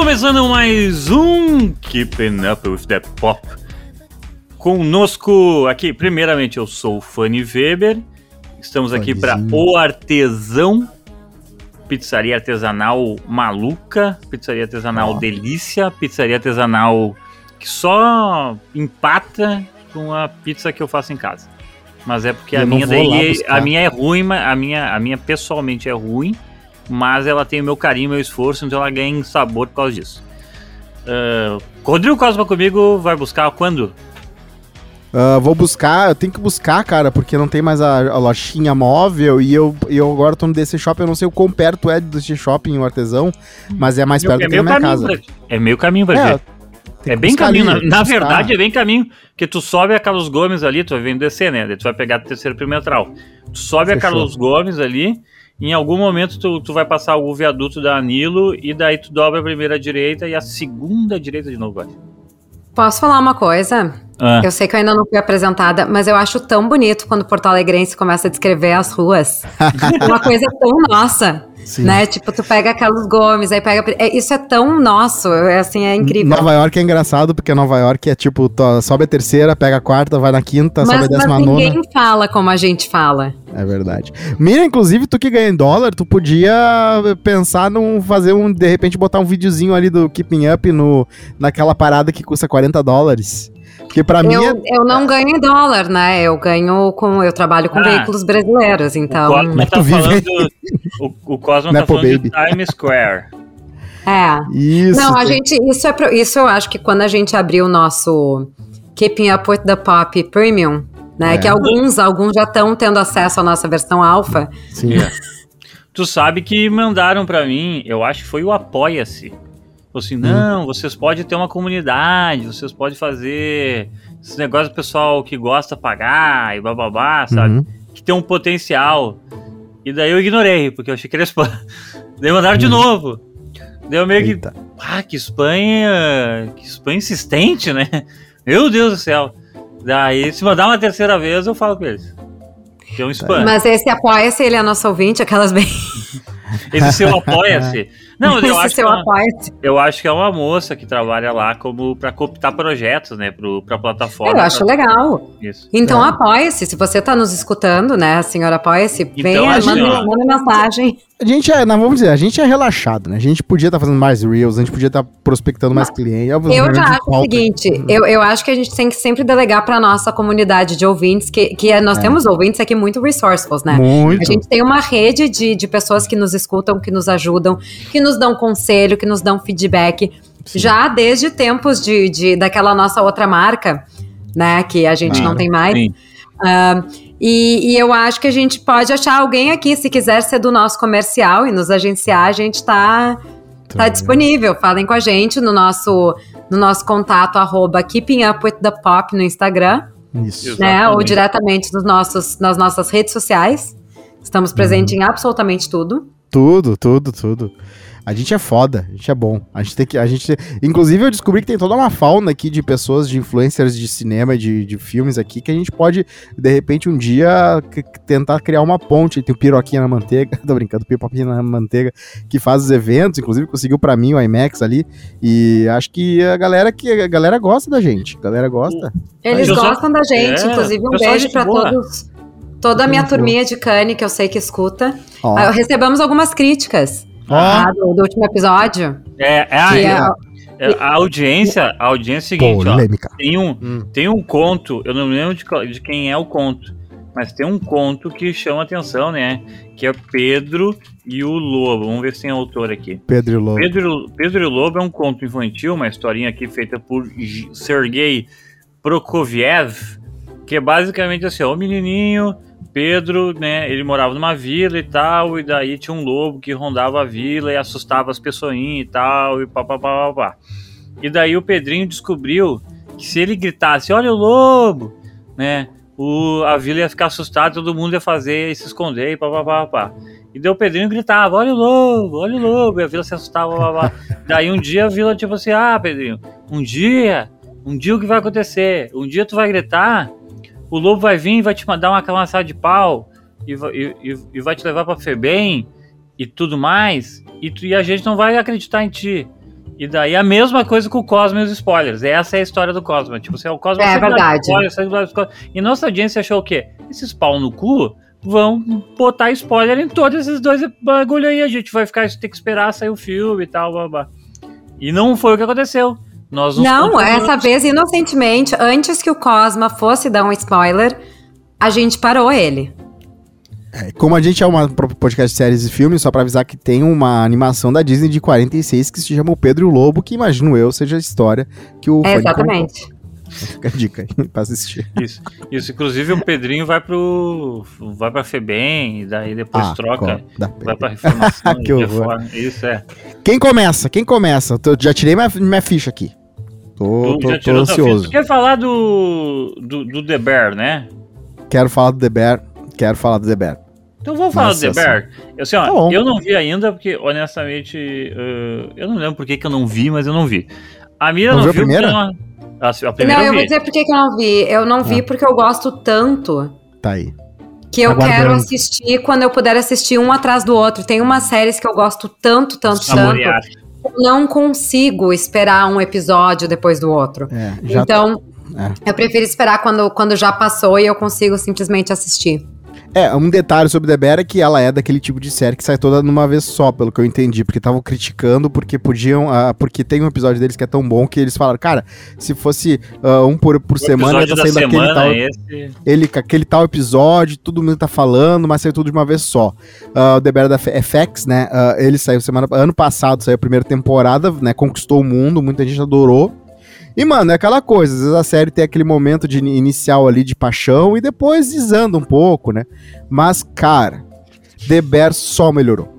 Começando mais um Keeping Up with the Pop. Conosco aqui, primeiramente, eu sou o Fanny Weber. Estamos aqui para O Artesão, pizzaria artesanal maluca, pizzaria artesanal delícia, pizzaria artesanal que só empata com a pizza que eu faço em casa. Mas é porque a minha é ruim, a minha pessoalmente é ruim, mas ela tem o meu carinho, meu esforço, então ela ganha em sabor por causa disso. Rodrigo Cosma comigo vai buscar quando? Vou buscar, eu tenho que buscar, cara, porque não tem mais a lojinha móvel e eu agora tô no DC Shopping, eu não sei o quão perto é do DC Shopping, o Artesão, mas é mais perto do que na minha casa. É meio caminho pra ti. É bem caminho, na verdade é bem caminho, porque tu sobe a Carlos Gomes ali, tu vai vir descer, né, daí tu vai pegar a terceira perimetral. Tu sobe a Carlos Gomes ali, e em algum momento tu vai passar o viaduto da Nilo, e daí tu dobra a primeira direita e a segunda direita de novo, vai. Posso falar uma coisa? Eu sei que eu ainda não fui apresentada, mas eu acho tão bonito quando o Porto Alegrense começa a descrever as ruas. Uma coisa tão nossa, sim, né? Tipo, tu pega Carlos Gomes, aí pega... Isso é tão nosso, assim, é incrível. Nova York é engraçado, porque Nova York é tipo, sobe a terceira, pega a quarta, vai na quinta, sobe a 19ª. Mas ninguém fala como a gente fala. É verdade. Mira, inclusive, tu que ganha em dólar, tu podia pensar num fazer de repente botar um videozinho ali do Keeping Up naquela parada que custa $40. Porque pra mim eu não ganho em dólar, né? Eu trabalho com veículos brasileiros, então... O Cosmo tá falando de Times Square. Isso. Não, isso eu acho que quando a gente abriu o nosso Keeping Up with the Pop Premium, né? Que alguns já estão tendo acesso à nossa versão alfa. Sim. Tu sabe que mandaram pra mim, eu acho que foi o Apoia-se. Assim, não, vocês podem ter uma comunidade, vocês podem fazer esse negócio do pessoal que gosta pagar e bababá, sabe? Que tem um potencial. E daí eu ignorei, porque eu achei que era spam. Daí mandaram de novo. Daí eu meio que spam insistente, né? Meu Deus do céu. Daí, se mandar uma terceira vez, eu falo com eles. Que é um spam. Mas esse Apoia-se, ele é nosso ouvinte, aquelas bem... Esse seu Apoia-se. Não, eu acho que é uma moça que trabalha lá pra cooptar projetos, né, pra plataforma. Eu acho legal. Isso. Então apoia-se, se você tá nos escutando, né, senhora, apoia-se, venha, manda mensagem. Vamos dizer, a gente é relaxado, né, a gente podia estar fazendo mais reels, a gente podia estar prospectando mais clientes. Eu já acho o seguinte, eu acho que a gente tem que sempre delegar pra nossa comunidade de ouvintes, nós temos ouvintes aqui muito resourceful, né? Muito. A gente tem uma rede de pessoas que nos escutam, que nos ajudam, que nos dão conselho, que nos dão feedback. Sim. Já desde tempos daquela nossa outra marca, né, que a gente não tem mais. Sim. E eu acho que a gente pode achar alguém aqui, se quiser ser do nosso comercial e nos agenciar, a gente tá disponível. Falem com a gente no nosso contato @keepingupwiththepop no Instagram. Isso. Né, ou diretamente nas nossas redes sociais. Estamos presentes em absolutamente tudo. Tudo. A gente é foda, a gente é bom. Inclusive, eu descobri que tem toda uma fauna aqui de pessoas, de influencers de cinema e de filmes aqui, que a gente pode, de repente, um dia tentar criar uma ponte. Tem o Piroquinha na Manteiga, tô brincando, o Pipoquinha na Manteiga, que faz os eventos, inclusive conseguiu pra mim o IMAX ali. E acho que a galera gosta da gente, a galera gosta. Eles gostam da gente, inclusive um beijo pra todos. Toda a minha turminha de Cane, que eu sei que escuta. Recebemos algumas críticas. Do último episódio. A audiência é o seguinte, polêmica. Tem um conto, eu não lembro de quem é o conto, mas tem um conto que chama atenção, né? Que é Pedro e o Lobo. Vamos ver se tem autor aqui. Pedro e o Lobo. Pedro e o Lobo é um conto infantil, uma historinha aqui feita por Sergei Prokofiev, que é basicamente assim, o menininho Pedro, né, ele morava numa vila e tal, e daí tinha um lobo que rondava a vila e assustava as pessoinhas e tal, e pá. E daí o Pedrinho descobriu que se ele gritasse, olha o lobo, né, a vila ia ficar assustada, todo mundo ia se esconder e pá. E daí o Pedrinho gritava, olha o lobo, e a vila se assustava, Daí um dia a vila tipo assim, Pedrinho, um dia o que vai acontecer? Um dia tu vai gritar, o lobo vai vir e vai te mandar uma camaçada de pau e vai te levar pra Febem e tudo mais, e a gente não vai acreditar em ti. E daí a mesma coisa com o Cosmo e os spoilers. Essa é a história do Cosmo. Tipo, o Cosmo verdade. E nossa audiência achou o quê? Esses pau no cu vão botar spoiler em todos esses dois bagulho aí. A gente vai ter que esperar sair o filme e tal, blá. E não foi o que aconteceu. Não, essa vez, inocentemente, antes que o Cosma fosse dar um spoiler, a gente parou ele. Como a gente é um podcast de séries e filmes, só pra avisar que tem uma animação da Disney de 46 que se chama O Pedro e o Lobo, que imagino eu seja a história que o exatamente. Fica a dica aí pra assistir. Isso. Inclusive o Pedrinho vai pra FEBEM e daí depois troca, vai pra reformação. Que horror. Isso é. Quem começa? Eu já tirei minha ficha aqui. Tô ansioso. Tu quer falar do The Bear, né? Quero falar do The Bear. Então vamos falar do The Bear. Assim, eu não vi ainda, porque honestamente eu não lembro por que eu não vi, mas eu não vi. A Mira não viu a primeira? A primeira eu vou dizer por que eu não vi. Eu não vi porque eu gosto tanto. Tá aí. Que eu quero assistir quando eu puder assistir um atrás do outro. Tem umas séries que eu gosto tanto. Eu não consigo esperar um episódio depois do outro. Eu prefiro esperar quando já passou e eu consigo simplesmente assistir. Um detalhe sobre The Bear é que ela é daquele tipo de série que sai toda numa vez só, pelo que eu entendi, porque estavam criticando porque porque tem um episódio deles que é tão bom que eles falaram, cara, se fosse um por semana, ia tá saindo aquele tal episódio, todo mundo tá falando, mas saiu tudo de uma vez só. O The Bear da FX, né, ele saiu ano passado, saiu a primeira temporada, né, conquistou o mundo, muita gente adorou. E, mano, é aquela coisa, às vezes a série tem aquele momento inicial ali de paixão e depois desanda um pouco, né? Mas, cara, The Bear só melhorou.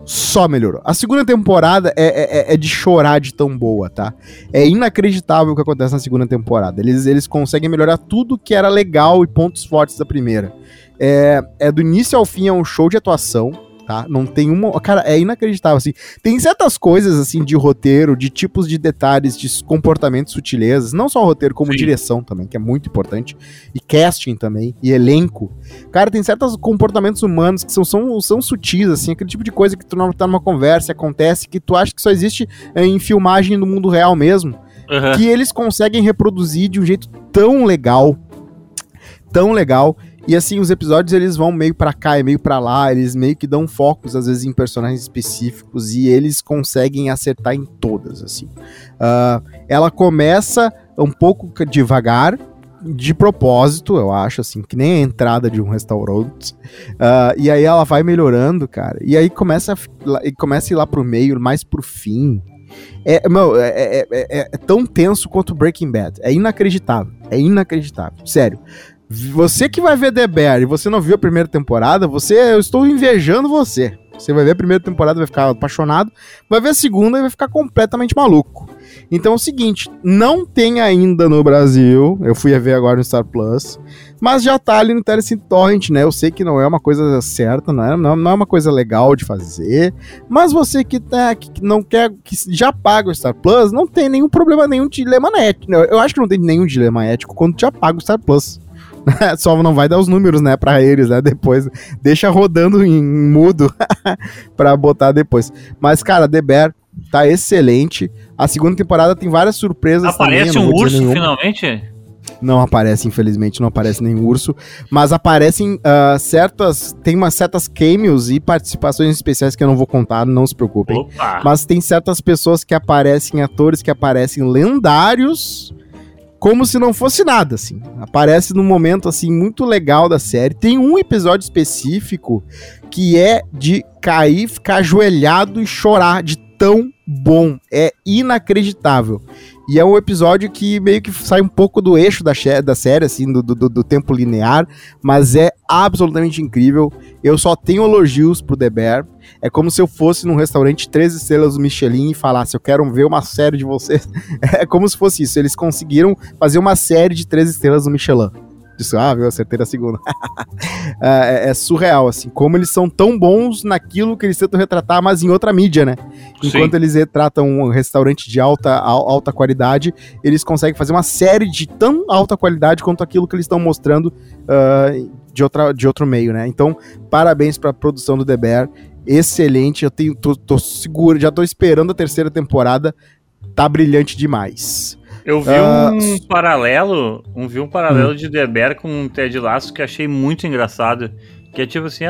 A segunda temporada é de chorar de tão boa, tá? É inacreditável o que acontece na segunda temporada. Eles conseguem melhorar tudo que era legal e pontos fortes da primeira. Do início ao fim é um show de atuação. Tá? Não tem uma... Cara, é inacreditável, assim. Tem certas coisas, assim, de roteiro, de tipos de detalhes, de comportamentos, sutilezas, não só roteiro, como direção também, que é muito importante, e casting também, e elenco. Cara, tem certos comportamentos humanos que são sutis, assim, aquele tipo de coisa que tu não tá numa conversa, acontece, que tu acha que só existe em filmagem no mundo real mesmo, que eles conseguem reproduzir de um jeito tão legal, e assim, os episódios eles vão meio pra cá e meio pra lá, eles meio que dão focos às vezes em personagens específicos e eles conseguem acertar em todas, assim. Ela começa um pouco devagar, de propósito, eu acho, assim, que nem a entrada de um restaurante, e aí ela vai melhorando, cara, e aí começa a ir lá pro meio, mais pro fim. É tão tenso quanto Breaking Bad, é inacreditável, sério. Você que vai ver The Bear e você não viu a primeira temporada, eu estou invejando você. Você vai ver a primeira temporada, vai ficar apaixonado, vai ver a segunda e vai ficar completamente maluco. Então é o seguinte, não tem ainda no Brasil, eu fui a ver agora no Star Plus, mas já tá ali no Telecine Torrent, né? Eu sei que não é uma coisa certa, não é uma coisa legal de fazer, mas você que não quer, que já paga o Star Plus, não tem nenhum problema, nenhum dilema ético. Eu acho que não tem nenhum dilema ético quando já paga o Star Plus. Só não vai dar os números, né, pra eles, né, depois deixa rodando em mudo pra botar depois. Mas, cara, The Bear tá excelente. A segunda temporada tem várias surpresas. Aparece também, um urso finalmente? Não aparece, infelizmente, não aparece nenhum urso, mas aparecem tem umas certas cameos e participações especiais que eu não vou contar, não se preocupem. Opa. Mas tem certas pessoas que aparecem, atores que aparecem lendários, como se não fosse nada, assim. Aparece num momento, assim, muito legal da série. Tem um episódio específico que é de cair, ficar ajoelhado e chorar de tão bom. É inacreditável. E é um episódio que meio que sai um pouco do eixo da série, assim, do tempo linear, mas é absolutamente incrível. Eu só tenho elogios pro The Bear. É como se eu fosse num restaurante 3 estrelas do Michelin e falasse, eu quero ver uma série de vocês. É como se fosse isso. Eles conseguiram fazer uma série de 3 estrelas do Michelin. Disse, viu, acertei na segunda. É surreal, assim, como eles são tão bons naquilo que eles tentam retratar, mas em outra mídia, né? Enquanto eles retratam um restaurante de alta qualidade, eles conseguem fazer uma série de tão alta qualidade quanto aquilo que eles estão mostrando de outro meio, né? Então, parabéns pra produção do The Bear, excelente, tô seguro, já tô esperando a terceira temporada tá brilhante demais. Eu vi um paralelo de The Bear com o Ted Lasso que achei muito engraçado, que é tipo assim,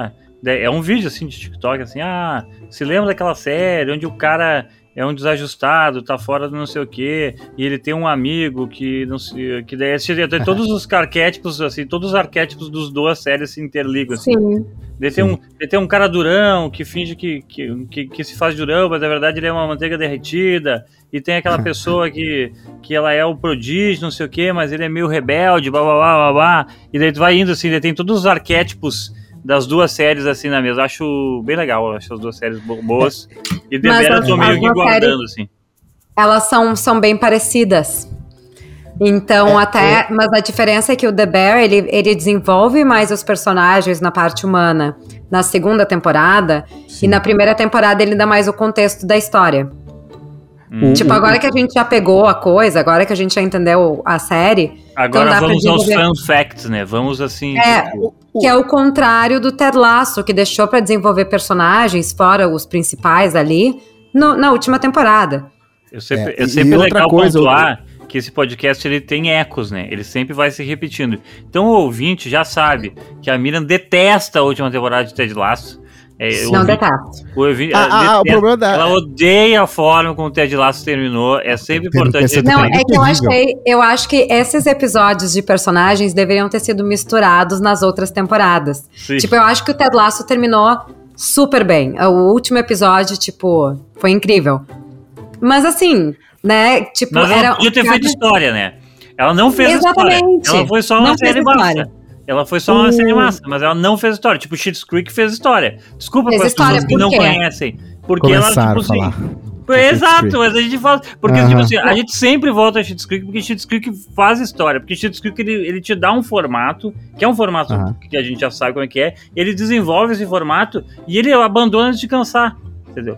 é um vídeo assim de TikTok, assim, se lembra daquela série onde o cara é um desajustado, tá fora do não sei o quê, e ele tem um amigo que não sei, que daí tem todos os arquétipos, assim, todos os arquétipos dos duas séries se interligam, assim. Sim. Daí tem um cara durão que finge que se faz durão, mas na verdade ele é uma manteiga derretida, e tem aquela pessoa que ela é o prodígio, não sei o quê, mas ele é meio rebelde, blá blá blá blá blá, e daí tu vai indo assim, daí tem todos os arquétipos das duas séries assim na mesa. Acho bem legal, acho as duas séries boas. E The Bear eu tô meio que guardando, assim. Elas são bem parecidas. Então, mas a diferença é que o The Bear, ele desenvolve mais os personagens na parte humana na segunda temporada, e na primeira temporada ele dá mais o contexto da história. Tipo, agora que a gente já pegou a coisa, agora que a gente já entendeu a série... Agora então vamos aos fun facts, né? Vamos assim... Que é o contrário do Ted Lasso, que deixou pra desenvolver personagens, fora os principais ali, na última temporada. É sempre legal pontuar que esse podcast ele tem ecos, né? Ele sempre vai se repetindo. Então o ouvinte já sabe que a Miriam detesta a última temporada de Ted Lasso. Não detesto. O problema ela odeia a forma como o Ted Lasso terminou. É sempre importante. Não, é que eu acho que esses episódios de personagens deveriam ter sido misturados nas outras temporadas. Sim. Tipo, eu acho que o Ted Lasso terminou super bem. O último episódio, tipo, foi incrível. Mas assim, né? Tipo, mas ela podia ter feito história, né? Ela não fez história. Ela foi só uma série massa. Ela foi só uma série massa, mas ela não fez história. Tipo, Schitt's Creek fez história. Desculpa para as pessoas que não conhecem. Porque começaram ela, tipo assim... Exato, mas a gente fala... Porque, tipo assim, a gente sempre volta a Schitt's Creek, porque Schitt's Creek faz história. Porque Schitt's Creek, ele te dá um formato, que é um formato que a gente já sabe como é que é. Ele desenvolve esse formato e ele abandona antes de cansar. Entendeu?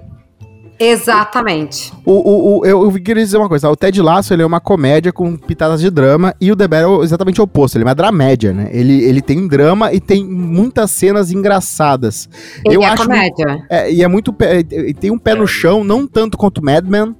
Exatamente. Eu queria dizer uma coisa, o Ted Lasso ele é uma comédia com pitadas de drama, e o The Bear é exatamente o oposto, ele é uma dramédia, né? Ele tem drama e tem muitas cenas engraçadas. Ele é comédia. E é muito... tem um pé no chão, não tanto quanto Mad Men,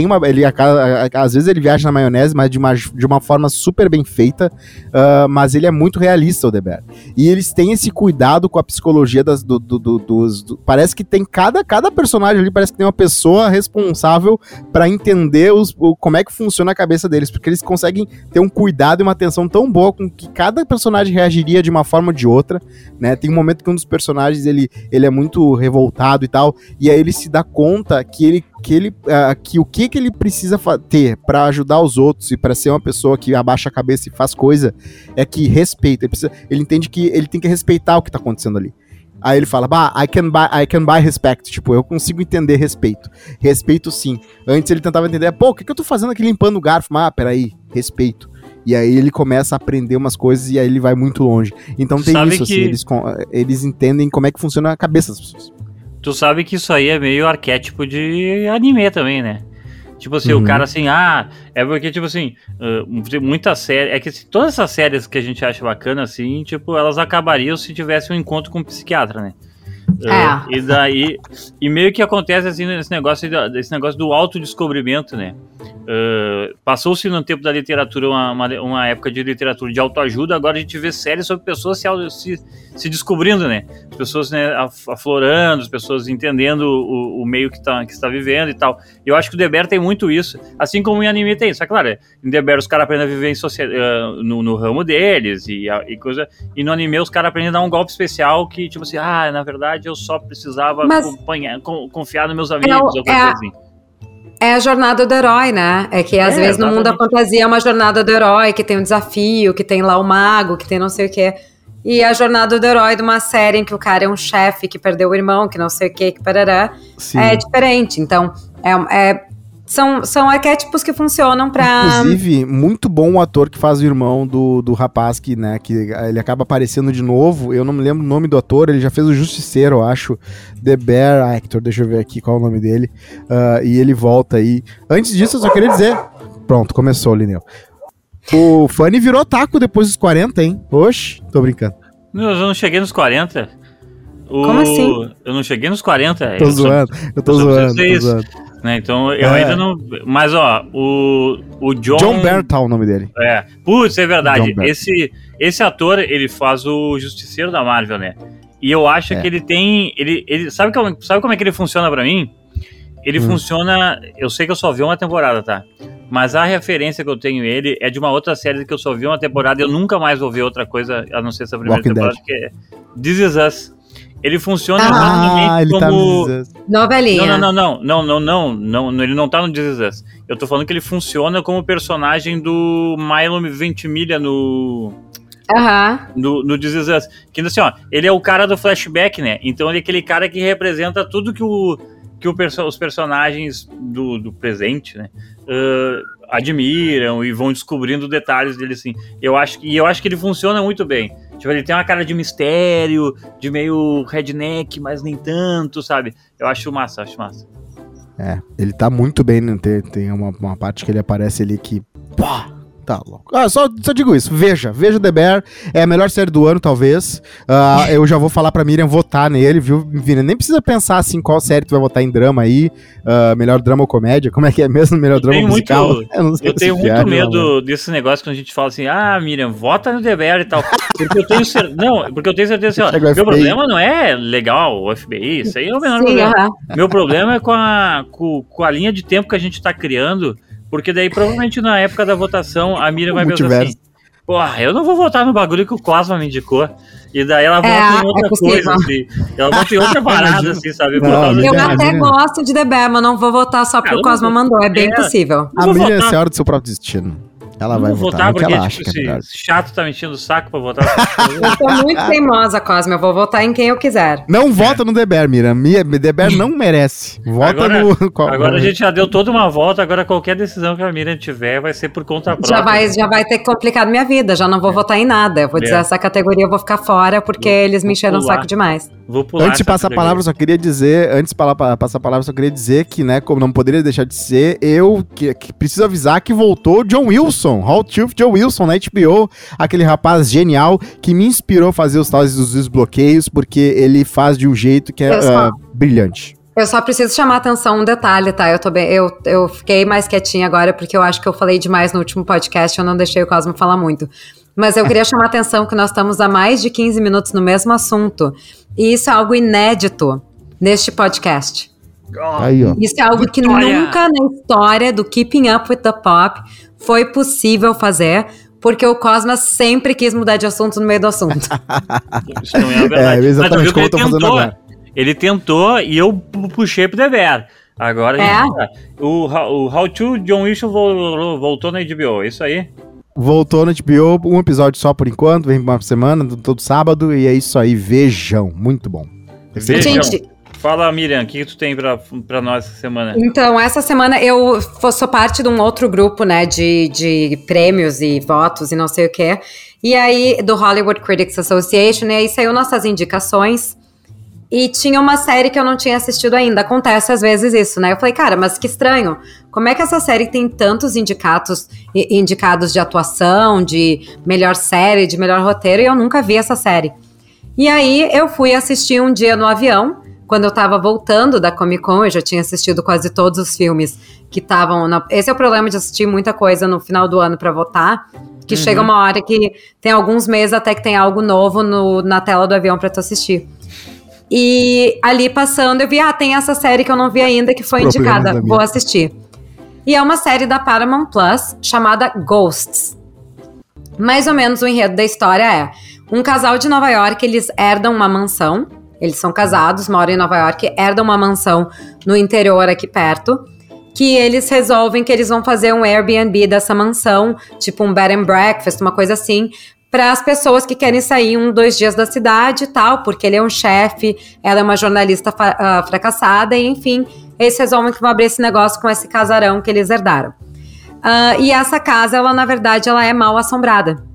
às vezes ele viaja na maionese, mas de uma forma super bem feita, mas ele é muito realista, o The Bear. E eles têm esse cuidado com a psicologia parece que tem cada personagem ali, parece que tem uma pessoa responsável pra entender como é que funciona a cabeça deles, porque eles conseguem ter um cuidado e uma atenção tão boa com que cada personagem reagiria de uma forma ou de outra, né? Tem um momento que um dos personagens, ele é muito revoltado e tal, e aí ele se dá conta que o que ele precisa ter pra ajudar os outros e pra ser uma pessoa que abaixa a cabeça e faz coisa, é que respeita, ele entende que ele tem que respeitar o que tá acontecendo ali. Aí ele fala, I can buy respect. Tipo, eu consigo entender respeito. Respeito sim. Antes ele tentava entender, o que eu tô fazendo aqui limpando o garfo? Peraí, respeito. E aí ele começa a aprender umas coisas e aí ele vai muito longe. Então tem isso, assim, eles entendem como é que funciona a cabeça das pessoas. Tu sabe que isso aí é meio arquétipo de anime também, né? Tipo assim, o cara assim, é porque, tipo assim, tem muita série, é que assim, todas essas séries que a gente acha bacana, assim, tipo, elas acabariam se tivesse um encontro com um psiquiatra, né? E daí, e meio que acontece assim, esse negócio do autodescobrimento, né? Passou-se no tempo da literatura uma época de literatura de autoajuda, agora a gente vê séries sobre pessoas se descobrindo, né? As pessoas, né, aflorando, as pessoas entendendo o meio que está vivendo e tal. E eu acho que o The Bear tem muito isso, assim como em anime tem. Só que, claro, em The Bear os caras aprendem a viver em no ramo deles e coisa, e no anime os caras aprendem a dar um golpe especial que, tipo assim, na verdade eu só precisava confiar nos meus amigos ou coisa assim. É a jornada do herói, né? É que às vezes no mundo da fantasia é uma jornada do herói, que tem um desafio, que tem lá o mago, que tem não sei o quê. E a jornada do herói de uma série em que o cara é um chefe que perdeu o irmão, que não sei o quê, que parará, é diferente. Então, são arquétipos que funcionam pra... Inclusive, muito bom o ator que faz o irmão do rapaz que, né, que ele acaba aparecendo de novo. Eu não me lembro o nome do ator, ele já fez o Justiceiro, eu acho. The Bear Actor, deixa eu ver aqui qual é o nome dele. E ele volta aí. Antes disso, eu só queria dizer... Pronto, começou, Lineu. O Fanny virou otaku depois dos 40, hein? Oxe, tô brincando. Meu, eu não cheguei nos 40. Como assim? Eu não cheguei nos 40. Eu tô zoando. Né? Então eu ainda não... Mas, ó, o John... John Bernthal, o nome dele. Putz, é verdade. Esse ator, ele faz o Justiceiro da Marvel, né? E eu acho que ele tem... Ele sabe como é que ele funciona pra mim? Ele funciona... Eu sei que eu só vi uma temporada, tá? Mas a referência que eu tenho ele é de uma outra série que eu só vi uma temporada e eu nunca mais vou ver outra coisa, a não ser essa primeira temporada, que é This Is Us. Ele funciona exatamente como... Novelinha. Não, ele não tá no This Is Us. Eu tô falando que ele funciona como personagem do Milo Ventimiglia no This Is Us. Que assim, ó, ele é o cara do flashback, né? Então ele é aquele cara que representa tudo que os personagens do presente, né, admiram e vão descobrindo detalhes dele, assim. Eu acho que ele funciona muito bem. Tipo, ele tem uma cara de mistério, de meio redneck, mas nem tanto, sabe? Eu acho massa. Ele tá muito bem, né? Tem uma parte que ele aparece ali que... Pá! Tá louco. Só digo isso, veja The Bear, é a melhor série do ano, talvez. Eu já vou falar pra Miriam votar nele, viu, Miriam? Nem precisa pensar assim qual série tu vai votar em drama aí, melhor drama ou comédia, como é que é mesmo, melhor drama musical? Eu tenho muito medo desse negócio quando a gente fala assim, Miriam, vota no The Bear e tal, porque eu tenho certeza assim, meu problema não é legal o FBI, isso aí é o menor problema. Meu problema é com a linha de tempo que a gente tá criando. Porque daí, provavelmente, na época da votação, a Miriam vai pensar assim, porra, eu não vou votar no bagulho que o Cosma me indicou. E daí ela vota em outra coisa, assim. Ela vota em outra parada, assim, sabe? Eu até gosto de The Bear, mas não vou votar só porque o Cosma mandou. É bem possível. A Miriam é a senhora do seu próprio destino. Ela vai votar porque ela tipo, esse chato tá me enchendo o saco pra votar. Eu tô muito teimosa, Cosma. Eu vou votar em quem eu quiser. Não vota no The Bear, Miriam. The Bear não merece. Vota agora a gente já deu toda uma volta. Agora qualquer decisão que a Miriam tiver vai ser por conta própria. Já vai ter complicado minha vida. Já não vou votar em nada. Eu vou dizer essa categoria eu vou ficar fora porque eles me encheram o saco demais. Vou pular. Antes de passar a palavra, só queria dizer que, né, como não poderia deixar de ser, eu que preciso avisar que voltou John Wilson, Hall Chief John Wilson na HBO, aquele rapaz genial que me inspirou a fazer os tais dos desbloqueios, porque ele faz de um jeito que é brilhante. Eu só preciso chamar a atenção um detalhe, tá? Eu fiquei mais quietinha agora porque eu acho que eu falei demais no último podcast, eu não deixei o Cosmo falar muito. Mas eu queria chamar a atenção que nós estamos há mais de 15 minutos no mesmo assunto. E isso é algo inédito neste podcast. Aí, ó. Isso é algo que nunca na história do Keeping Up with the Pop foi possível fazer, porque o Cosma sempre quis mudar de assunto no meio do assunto. Isso não é verdade. Exatamente como eu tô fazendo agora. Ele tentou e eu puxei pro dever. Agora o How to John Wilson voltou na HBO, é isso aí? Voltou na HBO, um episódio só por enquanto, vem uma semana, todo sábado, e é isso aí, vejam, muito bom. Gente, fala, Miriam, o que tu tem pra nós essa semana? Então, essa semana eu sou parte de um outro grupo, né, de prêmios e votos e não sei o que, e aí, do Hollywood Critics Association, e aí saiu nossas indicações, e tinha uma série que eu não tinha assistido ainda. Acontece às vezes isso, né? Eu falei, cara, mas que estranho. Como é que essa série tem tantos indicados de atuação, de melhor série, de melhor roteiro, e eu nunca vi essa série. E aí eu fui assistir um dia no avião, quando eu tava voltando da Comic Con, eu já tinha assistido quase todos os filmes que estavam... Esse é o problema de assistir muita coisa no final do ano pra votar, que chega uma hora que tem alguns meses até que tem algo novo na tela do avião pra tu assistir. E ali passando, eu vi, tem essa série que eu não vi ainda, que foi indicada, vou assistir. E é uma série da Paramount Plus, chamada Ghosts. Mais ou menos o enredo da história é um casal de Nova York, eles herdam uma mansão, eles são casados, moram em Nova York, herdam uma mansão no interior aqui perto, que eles resolvem que eles vão fazer um Airbnb dessa mansão, tipo um bed and breakfast, uma coisa assim, para as pessoas que querem sair 2 dias da cidade e tal, porque ele é um chefe, ela é uma jornalista fracassada, e enfim, eles resolvem que vão abrir esse negócio com esse casarão que eles herdaram. E essa casa, ela na verdade, ela é mal assombrada.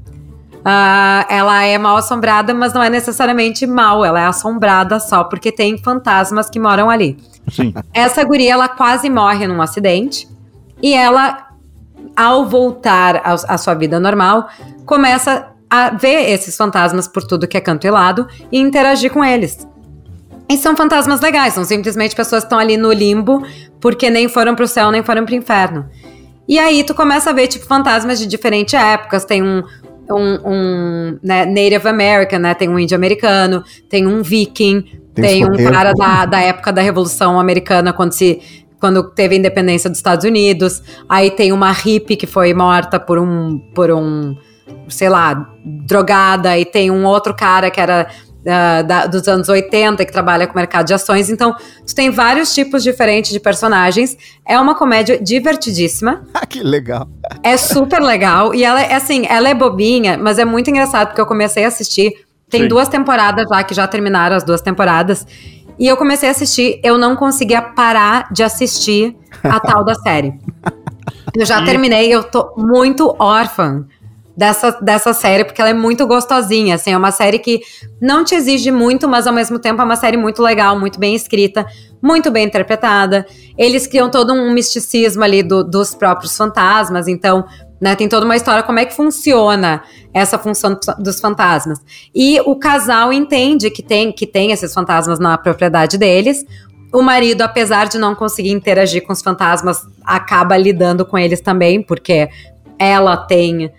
Ela é mal assombrada, mas não é necessariamente mal, ela é assombrada só porque tem fantasmas que moram ali. Sim. Essa guria, ela quase morre num acidente, e ela, ao voltar à sua vida normal, começa a ver esses fantasmas por tudo que é canto e lado e interagir com eles. E são fantasmas legais, são simplesmente pessoas que estão ali no limbo, porque nem foram pro céu, nem foram pro inferno. E aí tu começa a ver, tipo, fantasmas de diferentes épocas. Tem um né, Native American, né? Tem um índio americano, tem um viking, tem um cara da época da Revolução Americana, quando teve a independência dos Estados Unidos. Aí tem uma hippie que foi morta por um sei lá, drogada. E tem um outro cara que era dos anos 80, que trabalha com mercado de ações. Então, tu tem vários tipos diferentes de personagens. É uma comédia divertidíssima. Que legal. É super legal. E ela é bobinha, mas é muito engraçado, porque eu comecei a assistir. Tem 2 temporadas lá, que já terminaram as 2 temporadas. E eu comecei a assistir, eu não conseguia parar de assistir a tal da série. Eu já terminei, eu tô muito órfã dessa série, porque ela é muito gostosinha, assim, é uma série que não te exige muito, mas ao mesmo tempo é uma série muito legal, muito bem escrita, muito bem interpretada. Eles criam todo um misticismo ali dos próprios fantasmas, então, né, tem toda uma história, como é que funciona essa função dos fantasmas. E o casal entende que tem esses fantasmas na propriedade deles. O marido, apesar de não conseguir interagir com os fantasmas, acaba lidando com eles também, porque ela tem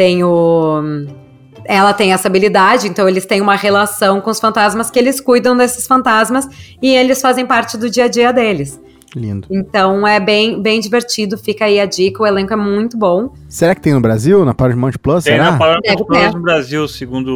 essa habilidade, então eles têm uma relação com os fantasmas, que eles cuidam desses fantasmas e eles fazem parte do dia a dia deles. Lindo. Então é bem, bem divertido, fica aí a dica, o elenco é muito bom. Será que tem no Brasil, na Paramount Plus? Tem será? na Paramount Plus no Brasil, segundo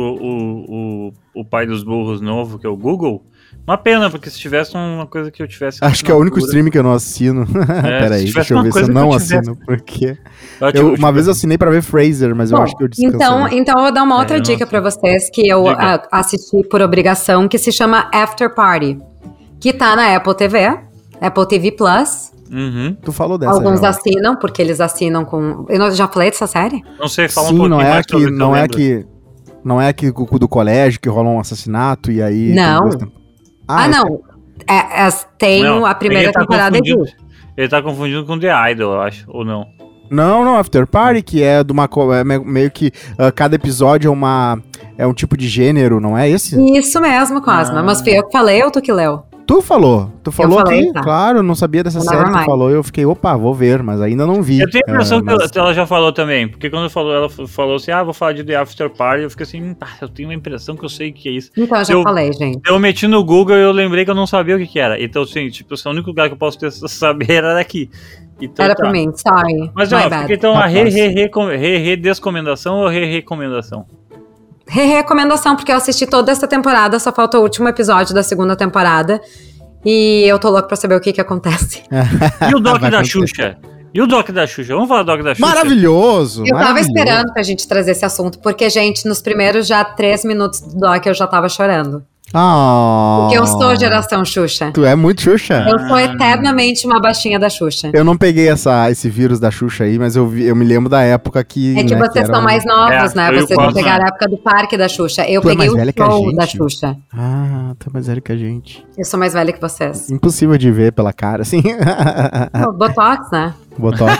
o pai dos burros novo, que é o Google. Uma pena, porque se tivesse uma coisa que eu tivesse... Acho que é o único streaming que eu não assino. Peraí, deixa eu ver se eu não assino, porque... Uma vez eu assinei pra ver Frasier, mas eu acho que eu descansei. Então eu vou dar uma outra dica pra vocês, que eu assisti por obrigação, que se chama After Party, que tá na Apple TV, Apple TV Plus. Uhum. Tu falou dessa. Alguns assinam, porque eles assinam com... Eu já falei dessa série? Não sei, fala um pouquinho mais sobre isso. Não é aqui do colégio que rola um assassinato e aí... Não. Não. Tem a primeira temporada aqui. Ele tá confundindo com The Idol, eu acho, ou não? Não, After Party, que é de uma... meio que cada episódio é um tipo de gênero, não é esse? Isso mesmo, Cosma. Mas fui eu que falei ou tu que leu? Tu falou falei, aqui, tá. Claro, não sabia dessa série, tu falou, eu fiquei, vou ver, mas ainda não vi. Eu tenho a impressão que ela já falou também, porque quando ela falou assim, vou falar de The After Party, eu fiquei assim, eu tenho uma impressão que eu sei o que é isso. Então, eu já falei, gente. Eu meti no Google e eu lembrei que eu não sabia o que era, então assim, tipo, o único lugar que eu posso saber era daqui. Então, era pra mim, sorry. Mas fica então a descomendação ou recomendação? Recomendação, porque eu assisti toda essa temporada, só falta o último episódio da segunda temporada. E eu tô louco pra saber o que acontece. E o Doc da Xuxa? Vamos falar do Doc da Xuxa? Maravilhoso! Eu tava esperando pra gente trazer esse assunto, porque, gente, nos primeiros 3 minutos do Doc eu já tava chorando. Porque eu sou geração Xuxa. Tu é muito Xuxa? Eu sou eternamente uma baixinha da Xuxa. Eu não peguei esse vírus da Xuxa aí, mas eu me lembro da época que... É que vocês são mais novos, né? Vocês não pegaram a época do parque da Xuxa. Eu peguei o show da Xuxa. Tu é mais velho que a gente. Eu sou mais velha que vocês. Impossível de ver pela cara, assim. Botox, né? Botox.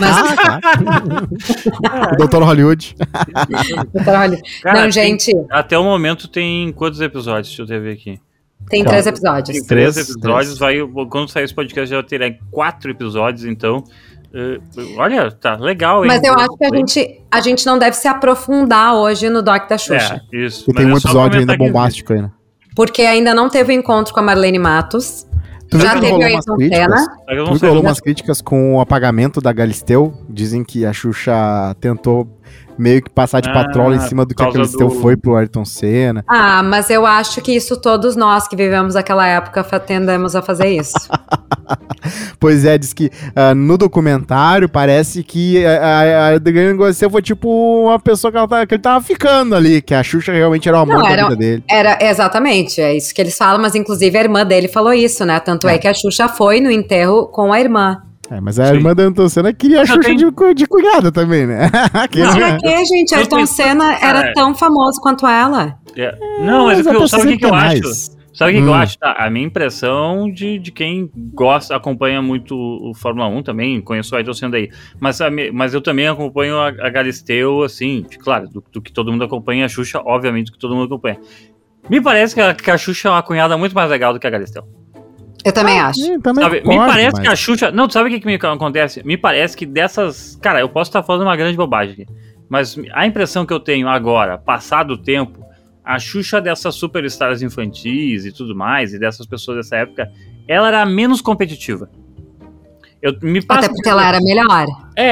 O Dr. Hollywood. Dr. Hollywood. Cara, não, gente... Até o momento tem quantos episódios? Deixa eu ter ver aqui. Tem 3 episódios. Tem 3 episódios. Quando sair esse podcast já terá 4 episódios, então... olha, tá legal. Mas eu acho que a gente não deve se aprofundar hoje no Doc da Xuxa. Isso. E tem um episódio ainda bombástico aí, né? Porque ainda não teve o encontro com a Marlene Matos. Já teve o Ayrton Senna. Tu viu umas críticas com o apagamento da Galisteu? Dizem que a Xuxa tentou meio que passar de patrola em cima do que a Galisteu foi pro Ayrton Senna. Mas eu acho que isso todos nós que vivemos aquela época tendemos a fazer isso. Pois é, diz que no documentário parece que a Galisteu foi tipo uma pessoa que ele tava ficando ali, que a Xuxa realmente era o amor da vida dele. Exatamente, é isso que eles falam, mas inclusive a irmã dele falou isso, né? Tanto é que a Xuxa foi no enterro com a irmã. Mas a irmã da Ayrton Senna queria a Xuxa de cunhada também, né? Pra quê, gente? A Ayrton Senna era tão famoso quanto ela. Não, mas sabe o que eu acho? Sabe o que eu acho? A minha impressão de quem acompanha muito o Fórmula 1 também, conheço o Ayrton Senna daí, mas eu também acompanho a Galisteu, assim, claro, do que todo mundo acompanha, a Xuxa, obviamente, do que todo mundo acompanha. Me parece que a Xuxa é uma cunhada muito mais legal do que a Galisteu. Eu também acho. Também sabe, me parece que a Xuxa... Não, sabe o que me acontece? Me parece que dessas... Cara, eu posso estar falando uma grande bobagem aqui, mas a impressão que eu tenho agora, passado o tempo, a Xuxa dessas superstars infantis e tudo mais, e dessas pessoas dessa época, ela era menos competitiva. Até porque ela era melhor.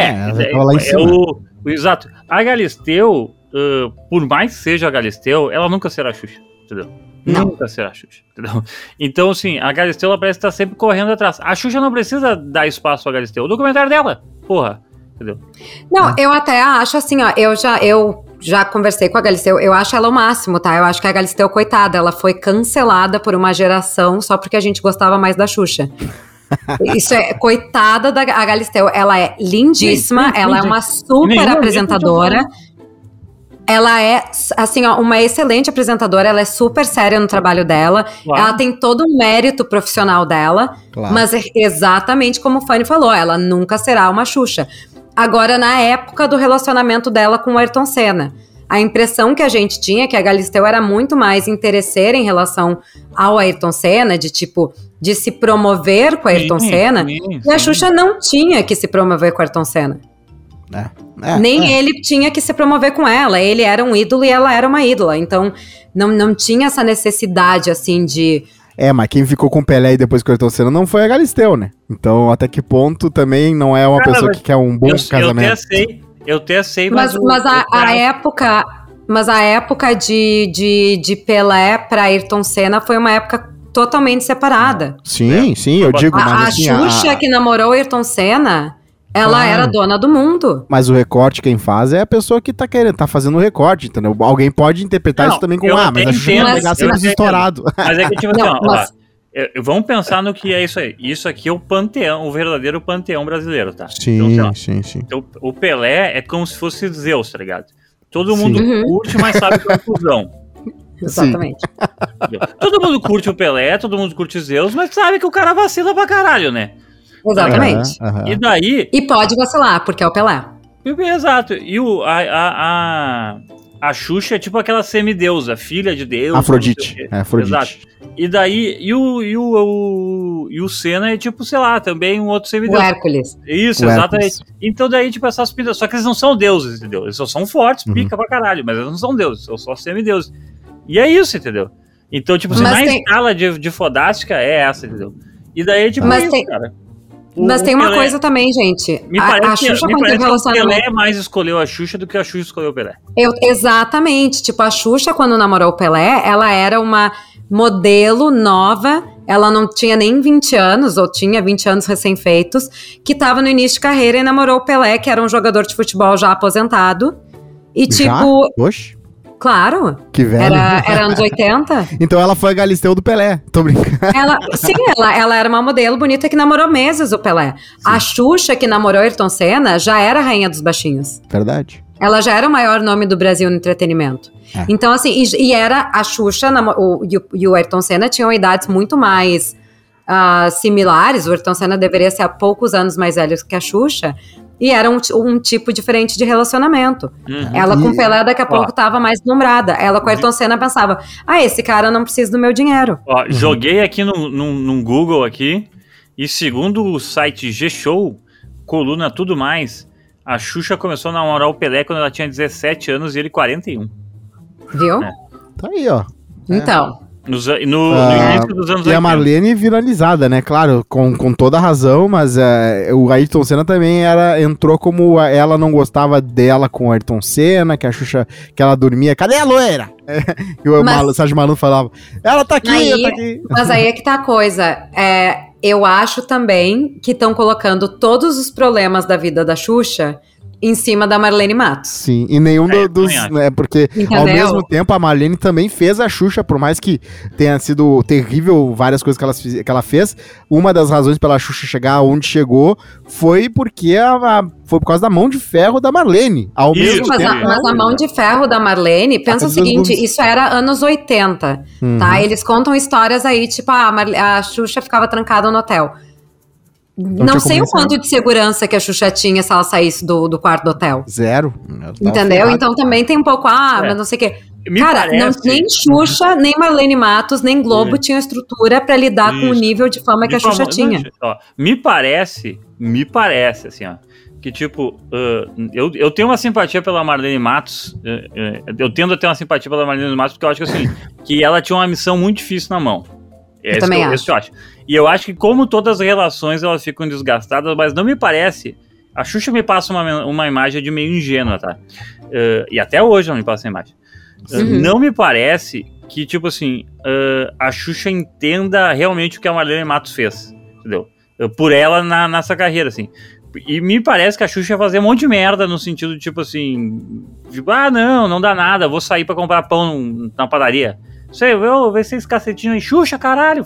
Exato. A Galisteu, por mais que seja a Galisteu, ela nunca será a Xuxa, entendeu? Não. Nunca será a Xuxa, entendeu? Então, assim, a Galisteu, ela parece estar sempre correndo atrás. A Xuxa não precisa dar espaço pra Galisteu. O documentário dela, porra, entendeu? Não, eu até acho assim, ó, eu já conversei com a Galisteu, eu acho ela o máximo, tá? Eu acho que a Galisteu, coitada, ela foi cancelada por uma geração só porque a gente gostava mais da Xuxa. Isso é, coitada da Galisteu, ela é lindíssima, ela é uma super apresentadora. Ela é, assim, ó, uma excelente apresentadora, ela é super séria no trabalho dela, ela tem todo um mérito profissional dela, mas é exatamente como o Fanny falou, ela nunca será uma Xuxa. Agora, na época do relacionamento dela com o Ayrton Senna, a impressão que a gente tinha é que a Galisteu era muito mais interesseira em relação ao Ayrton Senna, de se promover com o Ayrton Senna, e a Xuxa não tinha que se promover com o Ayrton Senna. Nem ele tinha que se promover com ela. Ele era um ídolo e ela era uma ídola. Então, não tinha essa necessidade, assim, de... mas quem ficou com o Pelé e depois com o Ayrton Senna não foi a Galisteu, né? Então, até que ponto também não é uma pessoa que quer um bom casamento. Eu até sei, mas a época de Pelé pra Ayrton Senna foi uma época totalmente separada. Sim, eu digo, mas a assim... Xuxa que namorou Ayrton Senna... Ela era dona do mundo. Mas o recorte quem faz é a pessoa que tá fazendo o recorte, entendeu? Alguém pode interpretar isso também como, mas a Xuxa não pegar sendo estourado. Mas é que, tipo assim, vamos pensar no que é isso aí. Isso aqui é o panteão, o verdadeiro panteão brasileiro, tá? Sim. Então, o Pelé é como se fosse Zeus, tá ligado? Todo mundo curte, mas sabe que é uma fusão. Exatamente. Todo mundo curte o Pelé, todo mundo curte Zeus, mas sabe que o cara vacila pra caralho, né? Exatamente. E daí... E pode vacilar, porque é o Pelé. Exato. E a Xuxa é tipo aquela semideusa, filha de Deus. Afrodite. Exato. E daí... E o Senna é tipo, sei lá, também um outro semideus. O Hércules. Isso, exatamente. Então daí, tipo, essas pintas... Só que eles não são deuses, entendeu? Eles só são fortes, pica pra caralho, mas eles não são deuses, são só semideuses. E é isso, entendeu? Então, tipo, assim, na escala de fodástica é essa, entendeu? E daí, tipo, cara... Mas tem uma coisa também, gente. Me parece que o Pelé mais escolheu a Xuxa do que a Xuxa escolheu o Pelé. Exatamente. Tipo, a Xuxa, quando namorou o Pelé, ela era uma modelo nova. Ela não tinha nem 20 anos, ou tinha 20 anos recém-feitos, que estava no início de carreira e namorou o Pelé, que era um jogador de futebol já aposentado. E tipo... Oxe. Claro. Que velho. Era anos 80. Então ela foi a Galisteu do Pelé. Tô brincando. Ela era uma modelo bonita que namorou meses o Pelé. Sim. A Xuxa, que namorou Ayrton Senna, já era a rainha dos baixinhos. Verdade. Ela já era o maior nome do Brasil no entretenimento. Então, assim, e era a Xuxa e o Ayrton Senna tinham idades muito mais similares. O Ayrton Senna deveria ser há poucos anos mais velho que a Xuxa. E era um tipo diferente de relacionamento. Ela com o Pelé daqui a pouco tava mais deslumbrada. Ela com a Ayrton Senna pensava, esse cara não precisa do meu dinheiro. Joguei aqui num Google aqui, e segundo o site G-Show, coluna Tudo Mais, a Xuxa começou a namorar o Pelé quando ela tinha 17 anos e ele 41. Viu? Tá aí, ó. Então... No início dos anos 80. E a Marlene viralizada, né? Claro, com toda a razão, mas o Ayrton Senna também entrou como ela não gostava dela com o Ayrton Senna, que a Xuxa, que ela dormia, cadê a loira? E o Sérgio Malandro falava, ela tá aqui, ela tá aqui. Mas aí é que tá a coisa, eu acho também que estão colocando todos os problemas da vida da Xuxa em cima da Marlene Matos. Sim, e nenhum dos... Né, porque, entendeu? Ao mesmo tempo, a Marlene também fez a Xuxa, por mais que tenha sido terrível várias coisas que ela fez, uma das razões pela Xuxa chegar onde chegou foi porque foi por causa da mão de ferro da Marlene. Ao mesmo tempo, mas a mão de ferro da Marlene, pensa o seguinte, isso era anos 80, tá? Eles contam histórias aí, tipo, a Xuxa ficava trancada no hotel. Não sei o quanto de segurança que a Xuxa tinha se ela saísse do quarto do hotel. Zero. Entendeu? Então também tem um pouco, mas não sei o quê. nem Xuxa, nem Marlene Matos, nem Globo tinham estrutura pra lidar com o nível de fama que a Xuxa tinha. Me parece, assim, ó, que tipo, eu tenho uma simpatia pela Marlene Matos, eu tendo a ter uma simpatia pela Marlene Matos, porque eu acho que assim, que ela tinha uma missão muito difícil na mão. Eu também acho. E eu acho que como todas as relações elas ficam desgastadas, mas não me parece, a Xuxa me passa uma imagem de meio ingênua, tá? E até hoje ela me passa essa imagem. Não me parece que, tipo assim, a Xuxa entenda realmente o que a Marlene Matos fez, entendeu? Por ela nessa carreira, assim. E me parece que a Xuxa ia fazer um monte de merda no sentido de, tipo assim, tipo, não dá nada, vou sair pra comprar pão na padaria. Eu ver esses cacetinhos aí, Xuxa, caralho!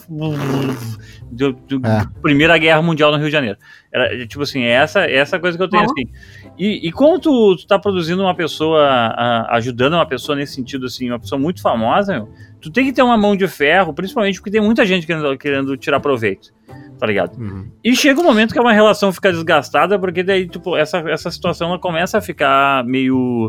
Primeira Guerra Mundial no Rio de Janeiro. Era, tipo assim, essa coisa que eu tenho, assim. E como tu tá produzindo uma pessoa, ajudando uma pessoa nesse sentido, assim, uma pessoa muito famosa, tu tem que ter uma mão de ferro, principalmente porque tem muita gente querendo tirar proveito, tá ligado? E chega um momento que uma relação fica desgastada, porque daí, tipo, essa situação ela começa a ficar meio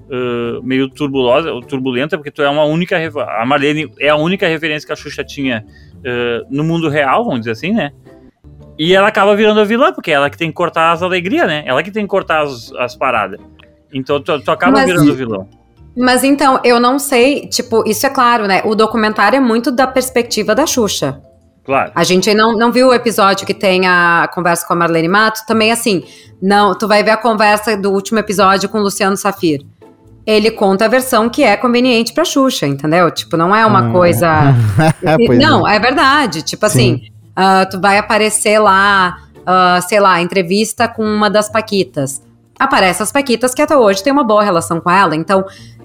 turbulenta, porque tu é a Marlene é a única referência que a Xuxa tinha no mundo real, vamos dizer assim, né? E ela acaba virando a vilã, porque é ela que tem que cortar as alegrias, né? Ela que tem que cortar as paradas. Então tu acaba virando vilão. Mas então, eu não sei, tipo, isso é claro, né? O documentário é muito da perspectiva da Xuxa. Claro. A gente não viu o episódio que tem a conversa com a Marlene Matos, também assim, tu vai ver a conversa do último episódio com o Luciano Safir. Ele conta a versão que é conveniente pra Xuxa, entendeu? Tipo, não é uma coisa... Não, é verdade. Tipo assim, tu vai aparecer lá, sei lá, entrevista com uma das Paquitas. Aparece as Paquitas que até hoje tem uma boa relação com ela. Então,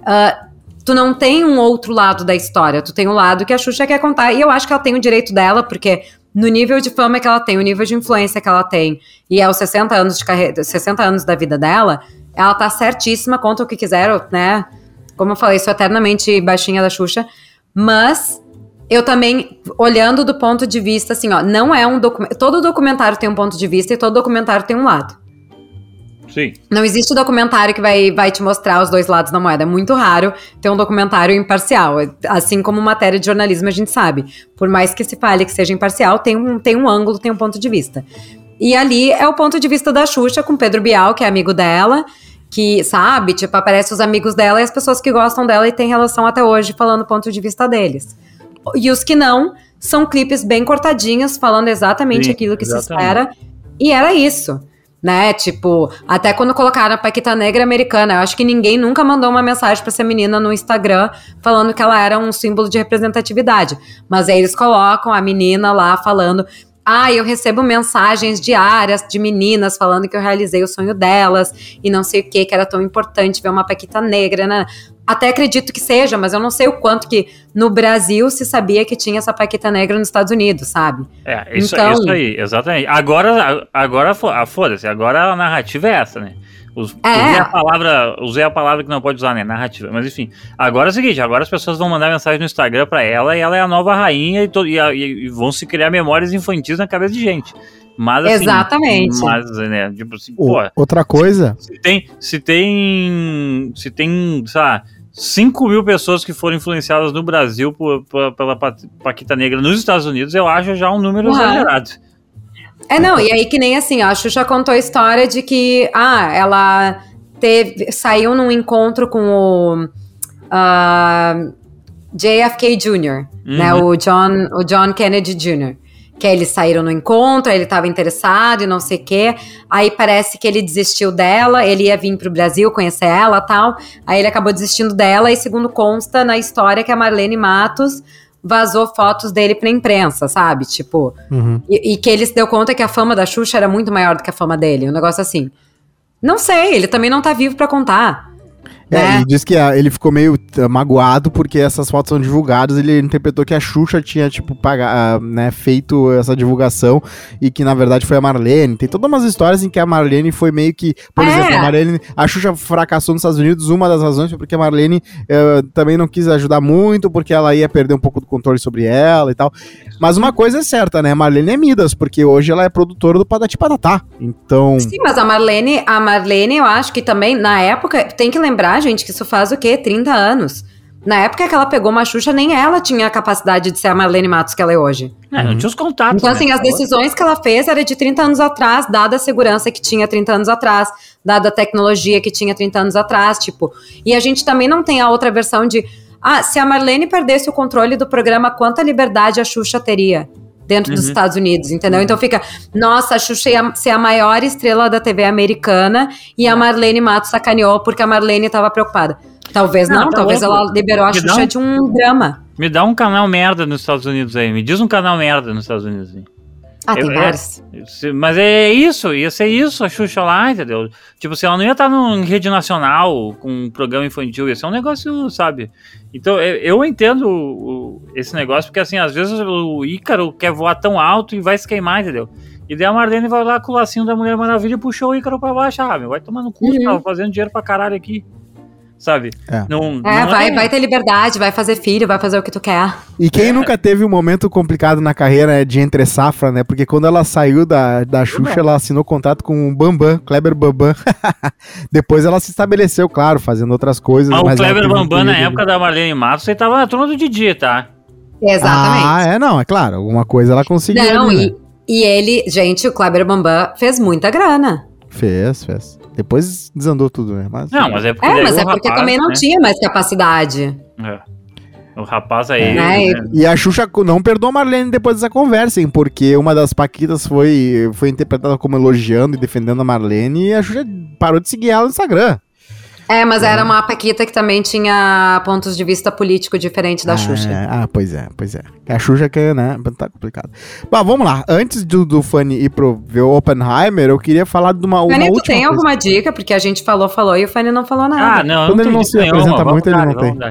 tu não tem um outro lado da história. Tu tem um lado que a Xuxa quer contar. E eu acho que ela tem o direito dela, porque no nível de fama que ela tem, o nível de influência que ela tem, e aos 60 anos de carreira, 60 anos da vida dela... Ela tá certíssima, conta o que quiser, né? Como eu falei, sou eternamente baixinha da Xuxa. Mas eu também, olhando do ponto de vista, assim, ó, não é um documentário... Todo documentário tem um ponto de vista e todo documentário tem um lado. Sim. Não existe documentário que vai te mostrar os dois lados da moeda. É muito raro ter um documentário imparcial. Assim como matéria de jornalismo, a gente sabe. Por mais que se fale que seja imparcial, tem um ângulo, tem um ponto de vista. E ali é o ponto de vista da Xuxa com Pedro Bial, que é amigo dela, que, sabe, tipo, aparece os amigos dela e as pessoas que gostam dela e tem relação até hoje falando o ponto de vista deles. E os que não, são clipes bem cortadinhos, falando exatamente aquilo que se espera. E era isso, né? Tipo, até quando colocaram a Paquita Negra americana, eu acho que ninguém nunca mandou uma mensagem pra essa menina no Instagram falando que ela era um símbolo de representatividade. Mas aí eles colocam a menina lá falando... eu recebo mensagens diárias de meninas falando que eu realizei o sonho delas e não sei o que era tão importante ver uma Paquita Negra, né? Até acredito que seja, mas eu não sei o quanto que no Brasil se sabia que tinha essa Paquita Negra nos Estados Unidos, sabe? Isso aí, exatamente. Agora foda-se, agora a narrativa é essa, né? Usei a palavra que não pode usar, né? Narrativa. Mas enfim, agora é o seguinte, agora as pessoas vão mandar mensagem no Instagram pra ela e ela é a nova rainha e vão se criar memórias infantis na cabeça de gente. Mas, assim, exatamente. Mas, né, tipo assim, outra coisa... Se tem, sei lá, 5 mil pessoas que foram influenciadas no Brasil pela Paquita Negra nos Estados Unidos, eu acho já um número exagerado. E aí que nem assim, ó, a Xuxa contou a história de que, ela saiu num encontro com o JFK Jr., né, o John Kennedy Jr., que aí eles saíram no encontro, aí ele estava interessado e não sei o quê, aí parece que ele desistiu dela, ele ia vir pro Brasil conhecer ela e tal, aí ele acabou desistindo dela e segundo consta na história que a Marlene Matos vazou fotos dele pra imprensa, sabe? Tipo, e que ele se deu conta que a fama da Xuxa era muito maior do que a fama dele, um negócio assim. Não sei, ele também não tá vivo pra contar. Ele diz que ele ficou meio magoado porque essas fotos são divulgadas, ele interpretou que a Xuxa tinha, tipo, feito essa divulgação e que, na verdade, foi a Marlene. Tem todas umas histórias em que a Marlene foi meio que... Por exemplo, a Xuxa fracassou nos Estados Unidos, uma das razões foi porque a Marlene também não quis ajudar muito, porque ela ia perder um pouco do controle sobre ela e tal. Mas uma coisa é certa, né? A Marlene é Midas, porque hoje ela é produtora do Patati Patatá, então... Sim, mas a Marlene, eu acho que também, na época, tem que lembrar, gente, que isso faz o quê? 30 anos. Na época que ela pegou uma Xuxa, nem ela tinha a capacidade de ser a Marlene Matos que ela é hoje. Não tinha os contatos. Então, assim, as decisões que ela fez era de 30 anos atrás, dada a segurança que tinha 30 anos atrás, dada a tecnologia que tinha 30 anos atrás, tipo. E a gente também não tem a outra versão de, se a Marlene perdesse o controle do programa, quanta liberdade a Xuxa teria dentro dos Estados Unidos, entendeu? Então fica, nossa, a Xuxa ia ser a maior estrela da TV americana e a Marlene Matos sacaneou porque a Marlene estava preocupada. Talvez não, talvez ela liberou a Xuxa de um drama. Me dá um canal merda nos Estados Unidos aí. Me diz um canal merda nos Estados Unidos aí. Tem vários. Mas é isso, ia ser isso, a Xuxa lá, entendeu? Tipo, se ela não ia estar em rede nacional com um programa infantil, ia ser um negócio, sabe? Então, eu entendo esse negócio, porque assim, às vezes o Ícaro quer voar tão alto e vai se queimar, entendeu? E daí a Marlene vai lá com o lacinho da Mulher Maravilha e puxou o Ícaro pra baixo, vai tomar no cu, tava fazendo dinheiro pra caralho aqui. Sabe? Vai ter liberdade, vai fazer filho, vai fazer o que tu quer. E quem nunca teve um momento complicado na carreira de entre safra, né? Porque quando ela saiu da Xuxa, ela assinou contrato com o Bambam, Kleber Bambam. Depois ela se estabeleceu, claro, fazendo outras coisas. Mas o Kleber Bambam, na época da Marlene Matos, ele tava na turma do Didi, tá? Exatamente. É claro. Alguma coisa ela conseguiu. E ele, gente, o Kleber Bambam fez muita grana. Fez. Depois desandou tudo, né? Mas é porque, porque também não tinha mais capacidade. O rapaz aí... E a Xuxa não perdoou a Marlene depois dessa conversa, hein? Porque uma das paquitas foi interpretada como elogiando e defendendo a Marlene e a Xuxa parou de seguir ela no Instagram. Mas era uma paquita que também tinha pontos de vista político diferente da Xuxa. Pois é. A Xuxa que, né, tá complicado. Bom, vamos lá. Antes do Fanny ir pro ver o Oppenheimer, eu queria falar de uma última coisa. Tu tem alguma dica? Porque a gente falou e o Fanny não falou nada. Quando ele não se apresenta muito, ele não tem.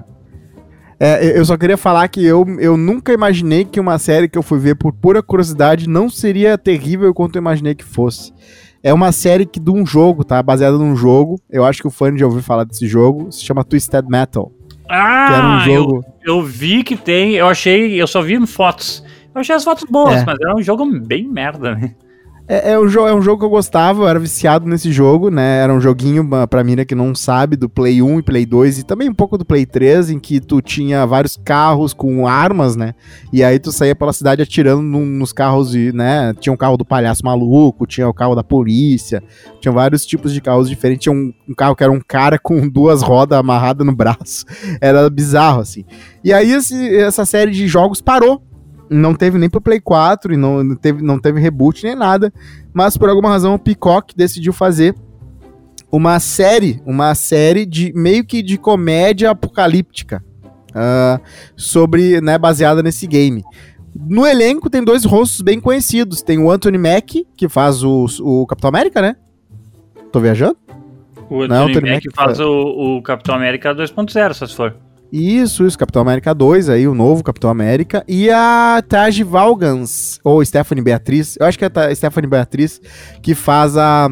Eu só queria falar que eu nunca imaginei que uma série que eu fui ver por pura curiosidade não seria terrível quanto eu imaginei que fosse. É uma série de um jogo, tá? Baseada num jogo. Eu acho que o Fanny já ouviu falar desse jogo. Se chama Twisted Metal. Que era um jogo... eu vi que tem... Eu só vi fotos. Eu achei as fotos boas, mas era um jogo bem merda, né? É um jogo que eu gostava, eu era viciado nesse jogo, né? Era um joguinho, pra mim, que não sabe, do Play 1 e Play 2 e também um pouco do Play 3, em que tu tinha vários carros com armas, né? E aí tu saía pela cidade atirando nos carros, né? Tinha um carro do palhaço maluco, tinha o carro da polícia, tinha vários tipos de carros diferentes. Tinha um carro que era um cara com 2 rodas amarradas no braço. Era bizarro, assim. E aí essa série de jogos parou. Não teve nem pro Play 4 e não teve reboot nem nada, mas por alguma razão o Peacock decidiu fazer uma série de meio que de comédia apocalíptica sobre, né, baseada nesse game. No elenco tem 2 rostos bem conhecidos, tem o Anthony Mackie, que faz o Capitão América, né? Tô viajando? O Anthony Mackie faz o Capitão América 2.0, se for. Isso, Capitão América 2, aí, o novo Capitão América. E a Taj Valgans, ou Stephanie Beatriz, eu acho que é a Stephanie Beatriz, que faz a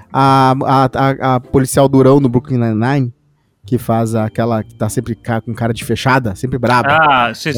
policial durão no Brooklyn Nine-Nine, que faz aquela que tá sempre com cara de fechada, sempre braba. Sim.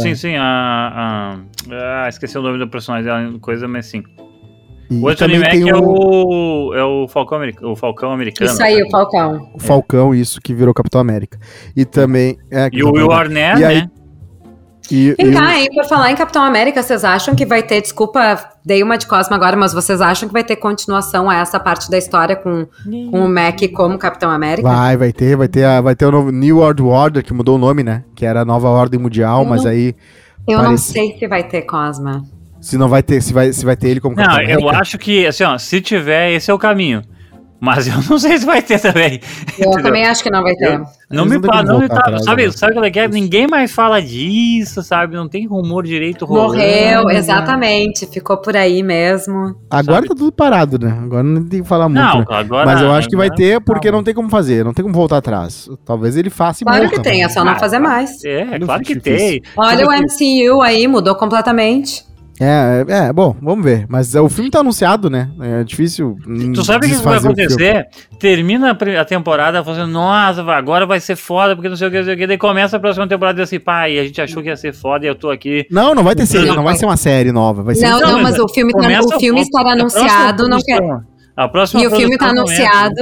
Esqueci o nome do personagem, coisa, mas sim. O Anthony Mackie é o Falcão Americano. Isso aí, o Falcão. O Falcão, isso, que virou Capitão América. E também... E o Will Arnett, né? Vem cá, aí, por falar em Capitão América, vocês acham que vai ter, desculpa, dei uma de Cosma agora, mas vocês acham que vai ter continuação a essa parte da história com o Mackie como Capitão América? Vai ter o novo New World Order, que mudou o nome, né? Que era a Nova Ordem Mundial, mas aí... Não sei se vai ter, Cosma. Se não vai ter, se vai ter ele como Capitão América. Eu acho que, assim, se tiver, esse é o caminho. Mas eu não sei se vai ter também. Eu também acho que não vai ter. Sabe o que é? Ninguém mais fala disso, sabe? Não tem rumor direito rolando. Morreu, exatamente. Ficou por aí mesmo. Agora tá tudo parado, né? Agora não tem que falar muito. Não, agora, mas eu acho que vai ter, porque não tem como fazer. Não tem como voltar atrás. Talvez ele faça e Claro que tem, é só não fazer mais. Claro que tem. Olha o MCU aí, mudou completamente. Bom, vamos ver. Mas o filme tá anunciado, né? É difícil. Tu sabe o que vai acontecer? Termina a temporada fazendo, nossa, agora vai ser foda, porque não sei o que. Daí começa a próxima temporada e assim, pai, a gente achou que ia ser foda e eu tô aqui. Não vai ter série, não vai ser uma série nova. Vai ser mas o filme estará anunciado, não quer. A próxima e o filme tá anunciado.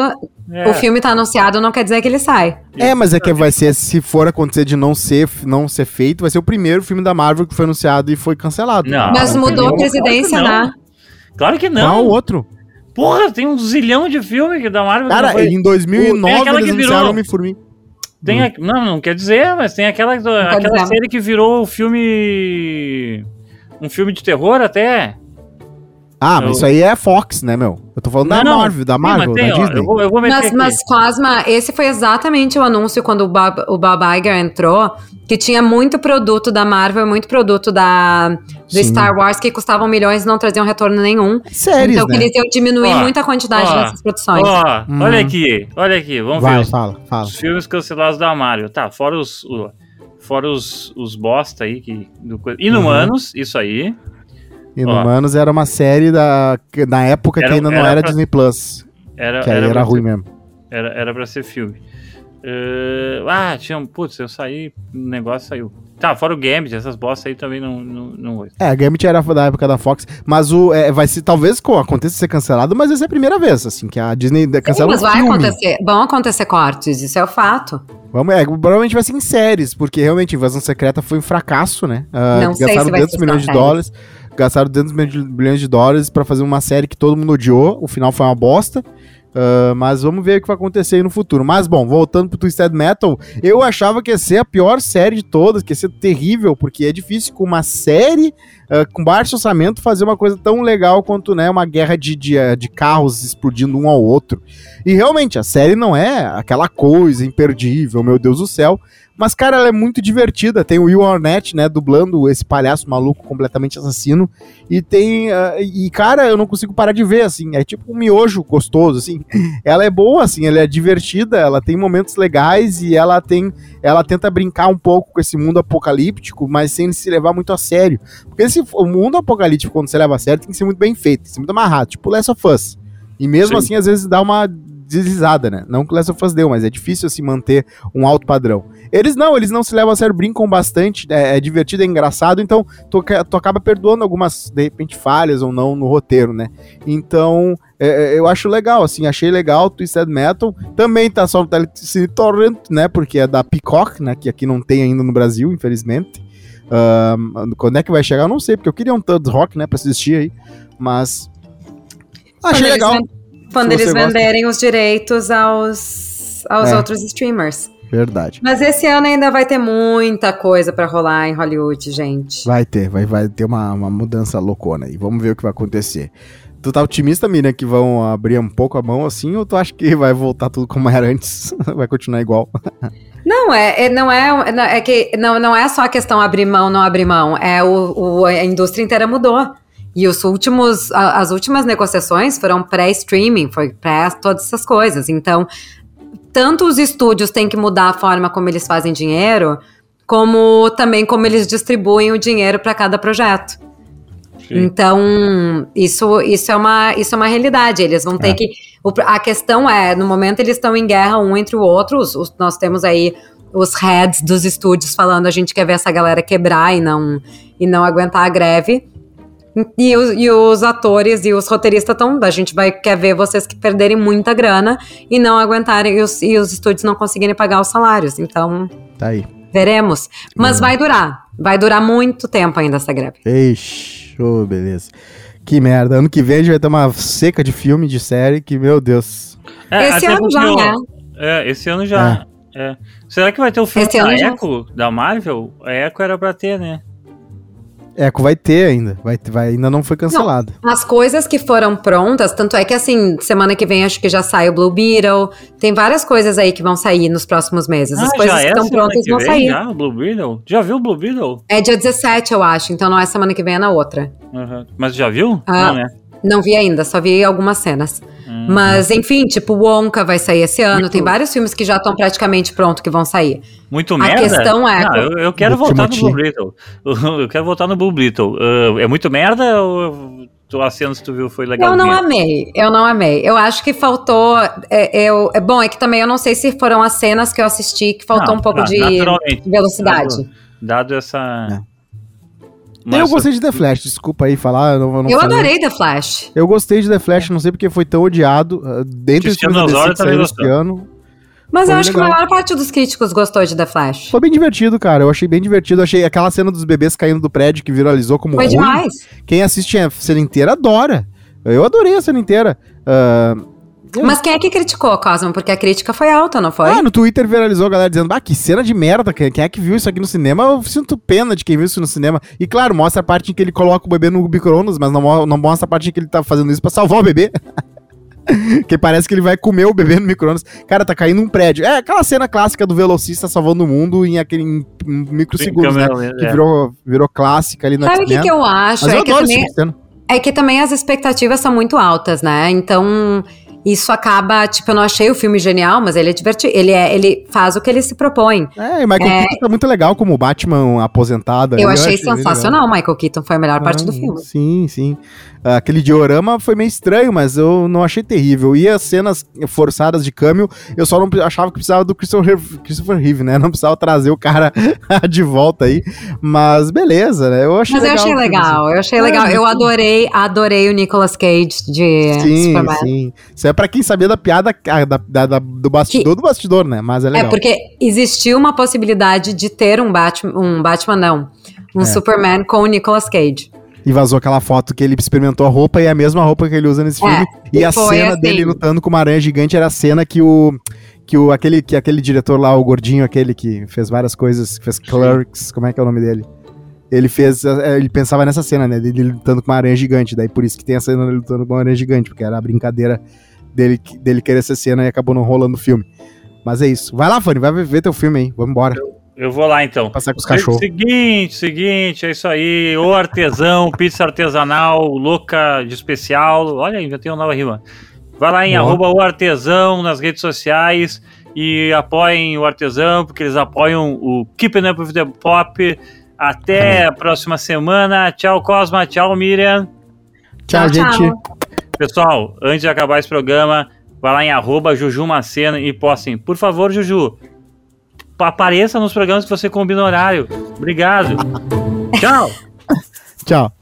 O filme tá anunciado, não quer dizer que ele sai. Mas é que vai ser, se for acontecer de não ser feito, vai ser o primeiro filme da Marvel que foi anunciado e foi cancelado. Não, mas mudou a presidência, né? Claro que não. Qual o outro? Porra, tem um zilhão de filmes da Marvel. Cara, em 2009 eles anunciaram Homem-Formiga. Não quer dizer, mas tem aquela série que virou filme... Um filme de terror até. Mas isso aí é Fox, né, meu? Eu tô falando da Marvel, da Disney. Eu vou meter mas Cosma, esse foi exatamente o anúncio quando o Bob Iger entrou, que tinha muito produto da Marvel, muito produto do Star Wars que custavam milhões e não traziam retorno nenhum. Sério, então que eles iam diminuir muito a quantidade dessas produções. Olha aqui, vamos ver. Fala. Os filmes cancelados da Marvel. Tá, fora os bosta aí. Inumanos, isso aí. Inumanos era uma série na época que ainda não era Disney Plus. Era ruim mesmo. Era pra ser filme. Eu saí, o negócio saiu. Tá, fora o Gambit, essas bostas aí também não foi. A Gambit era da época da Fox, mas vai ser, talvez aconteça ser cancelado, mas essa é a primeira vez, assim, que a Disney cancela mas vão acontecer cortes, isso é o fato. Provavelmente vai ser em séries, porque realmente Invasão Secreta foi um fracasso, né? Não sei se vai ser milhões de dólares. Gastaram 200 milhões de dólares pra fazer uma série que todo mundo odiou. O final foi uma bosta. Mas vamos ver o que vai acontecer aí no futuro. Mas, bom, voltando pro Twisted Metal, eu achava que ia ser a pior série de todas, que ia ser terrível, porque é difícil com uma série com baixo orçamento fazer uma coisa tão legal quanto, né, uma guerra de carros explodindo um ao outro. E realmente, a série não é aquela coisa imperdível, meu Deus do céu. Mas, cara, ela é muito divertida. Tem o Will Arnett, né, dublando esse palhaço maluco completamente assassino. E tem... cara, eu não consigo parar de ver, assim. É tipo um miojo gostoso, assim. Ela é boa, assim. Ela é divertida. Ela tem momentos legais e ela tenta brincar um pouco com esse mundo apocalíptico, mas sem se levar muito a sério. Porque o mundo apocalíptico, quando você leva a sério, tem que ser muito bem feito. Tem que ser muito amarrado. Tipo Last of Us. E mesmo assim, às vezes dá uma deslizada, né? Não que o Last of Us deu, mas é difícil assim manter um alto padrão. Eles não se levam a sério, brincam bastante, é divertido, é engraçado, então tu acaba perdoando algumas, de repente, falhas ou não no roteiro, né? Então, eu acho legal, assim, achei legal Twisted Metal, também tá só no Telecine Torrent, né? Porque é da Peacock, né? Que aqui não tem ainda no Brasil, infelizmente. Quando é que vai chegar? Eu não sei, porque eu queria um Thuds Rock, né? Pra assistir aí, mas achei legal. Quando eles venderem os direitos aos outros streamers. Verdade. Mas esse ano ainda vai ter muita coisa pra rolar em Hollywood, gente. Vai ter uma mudança loucona aí. Vamos ver o que vai acontecer. Tu tá otimista, Miriam, que vão abrir um pouco a mão assim, ou tu acha que vai voltar tudo como era antes? Vai continuar igual? Não é só a questão abrir mão, não abrir mão. A indústria inteira mudou. E as últimas negociações foram pré-streaming, foi pré todas essas coisas. Então, tanto os estúdios têm que mudar a forma como eles fazem dinheiro, como também como eles distribuem o dinheiro para cada projeto. Sim. Então, isso é uma realidade. Eles vão ter que... A questão no momento eles estão em guerra um entre o outro. Nós temos aí os heads dos estúdios falando a gente quer ver essa galera quebrar e não aguentar a greve. E os atores e os roteiristas a gente quer ver vocês que perderem muita grana e não aguentarem e os estúdios não conseguirem pagar os salários, então tá aí. Veremos, mas vai durar muito tempo ainda essa greve. Ixi, beleza, que merda, ano que vem a gente vai ter uma seca de filme, de série, que meu Deus. Esse ano já, né? Esse ano já. Será que vai ter o filme da Echo, da Marvel? A Echo era pra ter, né? Echo vai ter ainda, ainda não foi cancelado. Não, as coisas que foram prontas, tanto é que assim, semana que vem acho que já sai o Blue Beetle, tem várias coisas aí que vão sair nos próximos meses, as coisas que estão prontas vão sair. Já, o Blue Beetle? Já viu o Blue Beetle? É dia 17 eu acho, então não é semana que vem, é na outra. Mas já viu? Não, né? Não vi ainda, só vi algumas cenas. Mas, enfim, tipo, Wonka vai sair esse ano. Tem vários filmes que já estão praticamente prontos que vão sair. Muito merda? A questão é... Não, eu quero voltar no Blue Beetle. Eu quero voltar no Blue Beetle. É muito merda ou a cena que tu viu foi legal? Eu não amei. Eu acho que faltou... Bom, é que também eu não sei se foram as cenas que eu assisti que faltou um pouco de velocidade. Dado essa... Eu gostei de The Flash, desculpa aí falar. Eu adorei The Flash. Eu gostei de The Flash, não sei porque foi tão odiado. Dentro dos filmes da DC que saíram esse ano. Mas eu acho que a maior parte dos críticos gostou de The Flash. Foi bem divertido, cara. Eu achei bem divertido. Eu achei aquela cena dos bebês caindo do prédio que viralizou como ruim. Foi demais. Quem assiste a cena inteira adora. Eu adorei a cena inteira. Mas quem é que criticou, Cosmo? Porque a crítica foi alta, não foi? No Twitter viralizou a galera dizendo, que cena de merda, quem é que viu isso aqui no cinema? Eu sinto pena de quem viu isso no cinema. E claro, mostra a parte em que ele coloca o bebê no micro-ondas, mas não mostra a parte em que ele tá fazendo isso pra salvar o bebê. Que parece que ele vai comer o bebê no micro-ondas. Cara, tá caindo um prédio. É aquela cena clássica do velocista salvando o mundo em microsegundos, né? Que virou clássica ali na Sabe o que eu acho? Mas eu adoro essa cena. É que também as expectativas são muito altas, né? Então, isso acaba, eu não achei o filme genial, mas ele é divertido. Ele faz o que ele se propõe. E Michael Keaton tá muito legal como Batman aposentado. Eu achei sensacional. Michael Keaton foi a melhor parte do filme. Sim. Aquele diorama foi meio estranho, mas eu não achei terrível. E as cenas forçadas de câmbio, eu só não achava que precisava do Christopher Reeve, né? Não precisava trazer o cara de volta aí. Mas beleza, né? Eu achei legal. Eu adorei o Nicolas Cage de Superman. Sim. Isso é pra quem sabia da piada do bastidor do bastidor, né? Mas é legal. É porque existiu uma possibilidade de ter um Superman com o Nicolas Cage. E vazou aquela foto que ele experimentou a roupa e é a mesma roupa que ele usa nesse filme. E a cena dele lutando com uma aranha gigante era a cena que aquele diretor lá, o gordinho, aquele que fez várias coisas, fez Clerks, como é que é o nome dele? Ele pensava nessa cena, né, dele lutando com uma aranha gigante, daí por isso que tem a cena dele lutando com uma aranha gigante, porque era a brincadeira dele querer essa cena e acabou não rolando o filme. Mas é isso. Vai lá, Fanny, vai ver teu filme aí, vamos embora. Eu vou lá então. Passar com os cachorros. Seguinte, é isso aí. O artesão, pizza artesanal, louca de especial. Olha, já tem uma nova rima. Vai lá em @oartesão nas redes sociais e apoiem o artesão, porque eles apoiam o Keeping Up with the Pop. Até a próxima semana. Tchau, Cosma. Tchau, Miriam. Tchau, gente. Pessoal, antes de acabar esse programa, vai lá em @jujumacena e postem. Por favor, Juju, apareça nos programas que você combina horário. Obrigado. Tchau. Tchau.